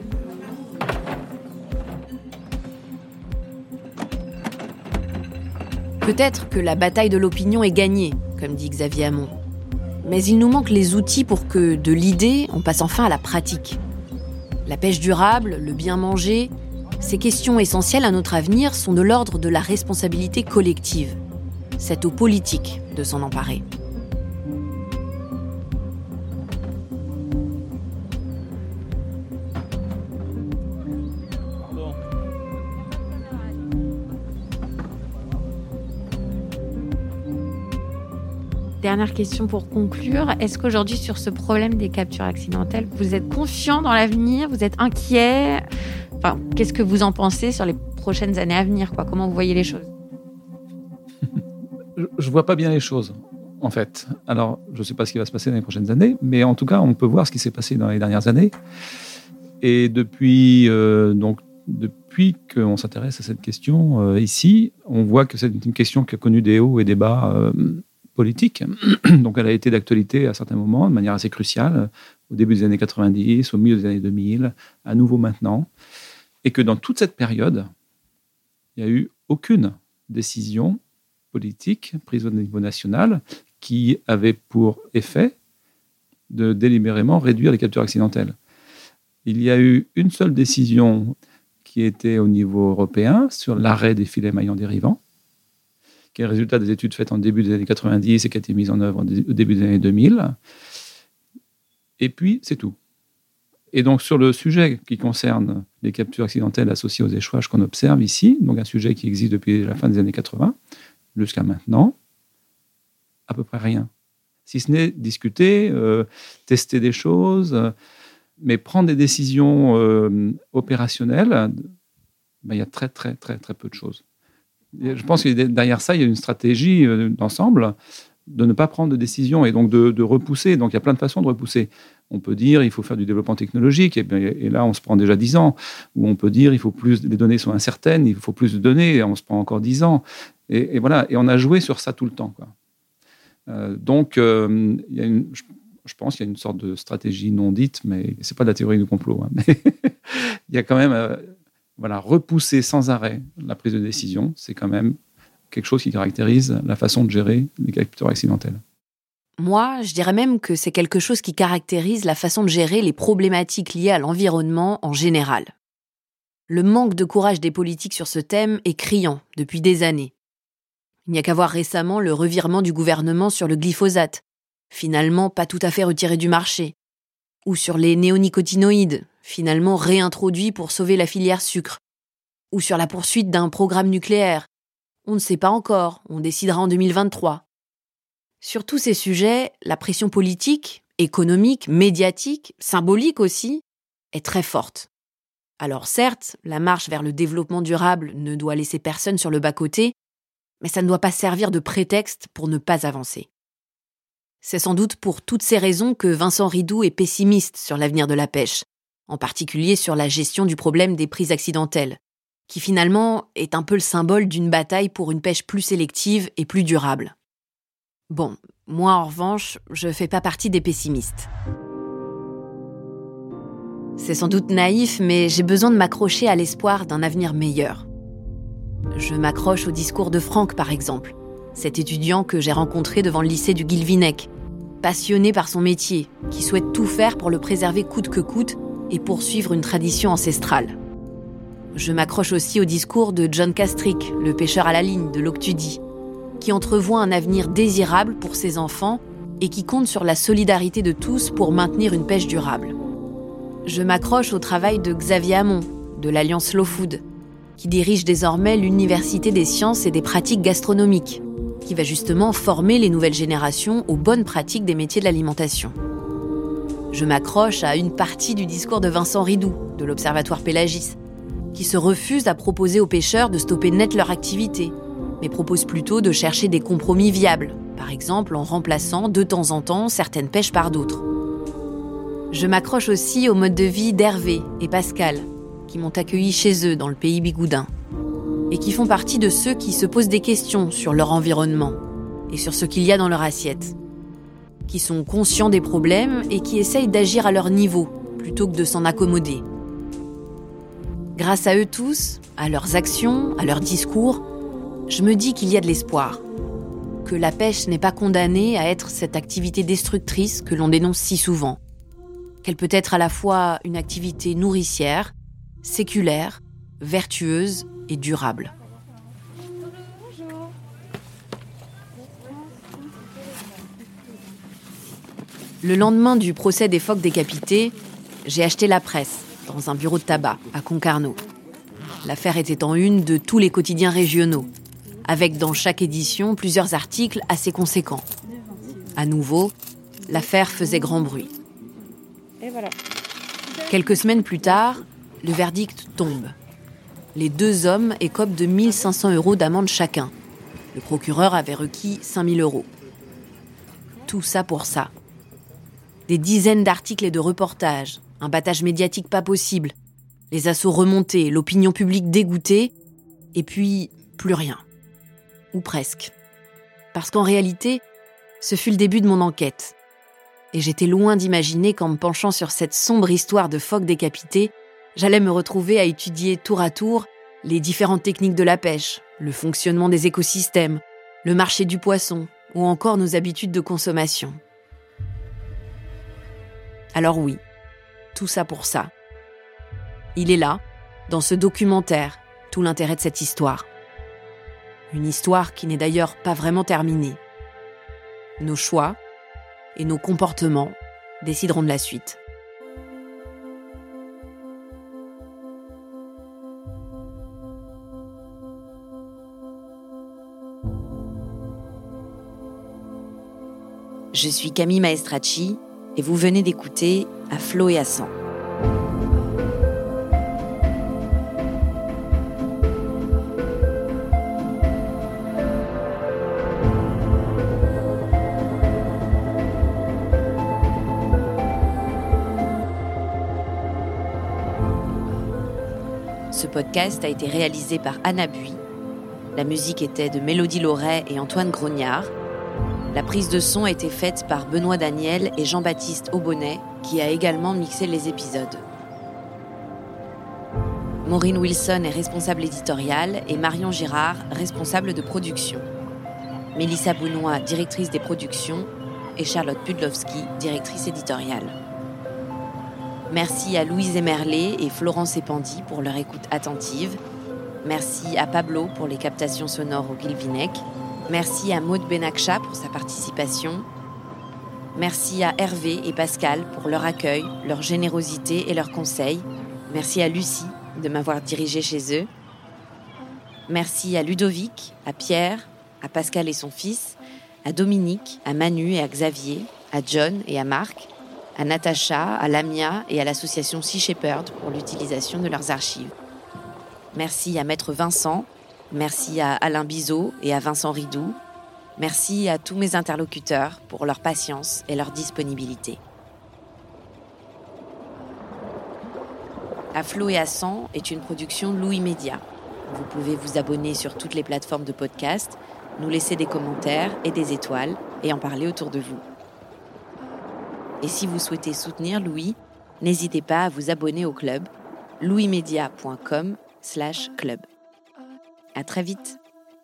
Peut-être que la bataille de l'opinion est gagnée, comme dit Xavier Hamon. Mais il nous manque les outils pour que, de l'idée, on passe enfin à la pratique. La pêche durable, le bien manger, ces questions essentielles à notre avenir sont de l'ordre de la responsabilité collective. C'est aux politiques de s'en emparer. Dernière question pour conclure. Est-ce qu'aujourd'hui, sur ce problème des captures accidentelles, vous êtes confiant dans l'avenir? Vous êtes inquiet? Enfin, qu'est-ce que vous en pensez sur les prochaines années à venir, quoi? Comment vous voyez les choses? Je vois pas bien les choses, en fait. Alors, je sais pas ce qui va se passer dans les prochaines années, mais en tout cas, on peut voir ce qui s'est passé dans les dernières années. Et depuis qu'on s'intéresse à cette question ici, on voit que c'est une question qui a connu des hauts et des bas politique. Donc elle a été d'actualité à certains moments, de manière assez cruciale, au début des années 90, au milieu des années 2000, à nouveau maintenant. Et que dans toute cette période, il n'y a eu aucune décision politique prise au niveau national qui avait pour effet de délibérément réduire les captures accidentelles. Il y a eu une seule décision qui était au niveau européen sur l'arrêt des filets maillants dérivants, qui est le résultat des études faites en début des années 90 et qui a été mise en œuvre au début des années 2000. Et puis, c'est tout. Et donc, sur le sujet qui concerne les captures accidentelles associées aux échouages qu'on observe ici, donc un sujet qui existe depuis la fin des années 80, jusqu'à maintenant, à peu près rien. Si ce n'est discuter, tester des choses, mais prendre des décisions opérationnelles, il y a très, très, très, très peu de choses. Je pense que derrière ça, il y a une stratégie d'ensemble de ne pas prendre de décision et donc de repousser. Donc, il y a plein de façons de repousser. On peut dire il faut faire du développement technologique, et là, on se prend déjà 10 ans. Ou on peut dire il faut plus, les données sont incertaines, il faut plus de données, et on se prend encore 10 ans. Et voilà, et on a joué sur ça tout le temps, quoi. Donc, il y a je pense qu'il y a une sorte de stratégie non dite, mais c'est pas de la théorie du complot. Hein, mais il y a quand même... repousser sans arrêt la prise de décision, c'est quand même quelque chose qui caractérise la façon de gérer les captures accidentelles. Moi, je dirais même que c'est quelque chose qui caractérise la façon de gérer les problématiques liées à l'environnement en général. Le manque de courage des politiques sur ce thème est criant depuis des années. Il n'y a qu'à voir récemment le revirement du gouvernement sur le glyphosate, finalement pas tout à fait retiré du marché, ou sur les néonicotinoïdes, finalement réintroduits pour sauver la filière sucre, ou sur la poursuite d'un programme nucléaire. On ne sait pas encore, on décidera en 2023. Sur tous ces sujets, la pression politique, économique, médiatique, symbolique aussi, est très forte. Alors certes, la marche vers le développement durable ne doit laisser personne sur le bas-côté, mais ça ne doit pas servir de prétexte pour ne pas avancer. C'est sans doute pour toutes ces raisons que Vincent Ridoux est pessimiste sur l'avenir de la pêche, en particulier sur la gestion du problème des prises accidentelles, qui finalement est un peu le symbole d'une bataille pour une pêche plus sélective et plus durable. Bon, moi en revanche, je fais pas partie des pessimistes. C'est sans doute naïf, mais j'ai besoin de m'accrocher à l'espoir d'un avenir meilleur. Je m'accroche au discours de Franck, par exemple, cet étudiant que j'ai rencontré devant le lycée du Guilvinec, passionné par son métier, qui souhaite tout faire pour le préserver coûte que coûte et poursuivre une tradition ancestrale. Je m'accroche aussi au discours de John Castrick, le pêcheur à la ligne de l'Octudie, qui entrevoit un avenir désirable pour ses enfants et qui compte sur la solidarité de tous pour maintenir une pêche durable. Je m'accroche au travail de Xavier Hamon, de l'Alliance Slow Food, qui dirige désormais l'Université des sciences et des pratiques gastronomiques, qui va justement former les nouvelles générations aux bonnes pratiques des métiers de l'alimentation. Je m'accroche à une partie du discours de Vincent Ridoux, de l'Observatoire Pélagis, qui se refuse à proposer aux pêcheurs de stopper net leur activité, mais propose plutôt de chercher des compromis viables, par exemple en remplaçant de temps en temps certaines pêches par d'autres. Je m'accroche aussi au mode de vie d'Hervé et Pascal, qui m'ont accueilli chez eux dans le pays bigoudin, et qui font partie de ceux qui se posent des questions sur leur environnement et sur ce qu'il y a dans leur assiette, qui sont conscients des problèmes et qui essayent d'agir à leur niveau, plutôt que de s'en accommoder. Grâce à eux tous, à leurs actions, à leurs discours, je me dis qu'il y a de l'espoir, que la pêche n'est pas condamnée à être cette activité destructrice que l'on dénonce si souvent, qu'elle peut être à la fois une activité nourricière, séculaire, vertueuse et durable. Le lendemain du procès des phoques décapités, j'ai acheté la presse dans un bureau de tabac à Concarneau. L'affaire était en une de tous les quotidiens régionaux, avec dans chaque édition plusieurs articles assez conséquents. À nouveau, l'affaire faisait grand bruit. Et voilà. Quelques semaines plus tard, le verdict tombe. Les deux hommes écopent de 1 500 € d'amende chacun. Le procureur avait requis 5 000 €. Tout ça pour ça. Des dizaines d'articles et de reportages, un battage médiatique pas possible, les assauts remontés, l'opinion publique dégoûtée, et puis plus rien. Ou presque. Parce qu'en réalité, ce fut le début de mon enquête. Et j'étais loin d'imaginer qu'en me penchant sur cette sombre histoire de phoques décapités, j'allais me retrouver à étudier tour à tour les différentes techniques de la pêche, le fonctionnement des écosystèmes, le marché du poisson, ou encore nos habitudes de consommation. Alors oui, tout ça pour ça. Il est là, dans ce documentaire, tout l'intérêt de cette histoire. Une histoire qui n'est d'ailleurs pas vraiment terminée. Nos choix et nos comportements décideront de la suite. Je suis Camille Maestracci et vous venez d'écouter À flot et à sang. Ce podcast a été réalisé par Anna Bui. La musique était de Mélodie Lauret et Antoine Grognard. La prise de son a été faite par Benoît Daniel et Jean-Baptiste Aubonnet, qui a également mixé les épisodes. Maureen Wilson est responsable éditoriale et Marion Girard, responsable de production. Mélissa Bounois, directrice des productions, et Charlotte Pudlowski, directrice éditoriale. Merci à Louise Emerlé et Florence Epandi pour leur écoute attentive. Merci à Pablo pour les captations sonores au Guilvinec. Merci à Maud Benakcha pour sa participation. Merci à Hervé et Pascal pour leur accueil, leur générosité et leurs conseils. Merci à Lucie de m'avoir dirigée chez eux. Merci à Ludovic, à Pierre, à Pascal et son fils, à Dominique, à Manu et à Xavier, à John et à Marc, à Natacha, à Lamia et à l'association Sea Shepherd pour l'utilisation de leurs archives. Merci à Maître Vincent, merci à Alain Bizot et à Vincent Ridou. Merci à tous mes interlocuteurs pour leur patience et leur disponibilité. À Flot et à Sang est une production Louis Média. Vous pouvez vous abonner sur toutes les plateformes de podcast, nous laisser des commentaires et des étoiles et en parler autour de vous. Et si vous souhaitez soutenir Louis, n'hésitez pas à vous abonner au club louismedia.com/club. À très vite.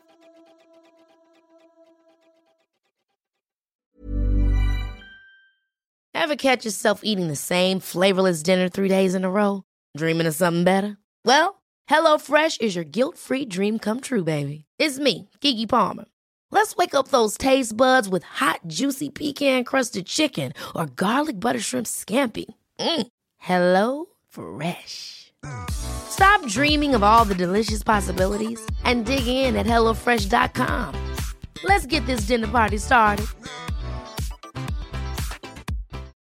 Ever catch yourself eating the same flavorless dinner 3 days in a row? Dreaming of something better? Well, HelloFresh is your guilt-free dream come true, baby. It's me, Keke Palmer. Let's wake up those taste buds with hot, juicy pecan-crusted chicken or garlic butter shrimp scampi. Hello Fresh. Stop dreaming of all the delicious possibilities and dig in at HelloFresh.com. Let's get this dinner party started.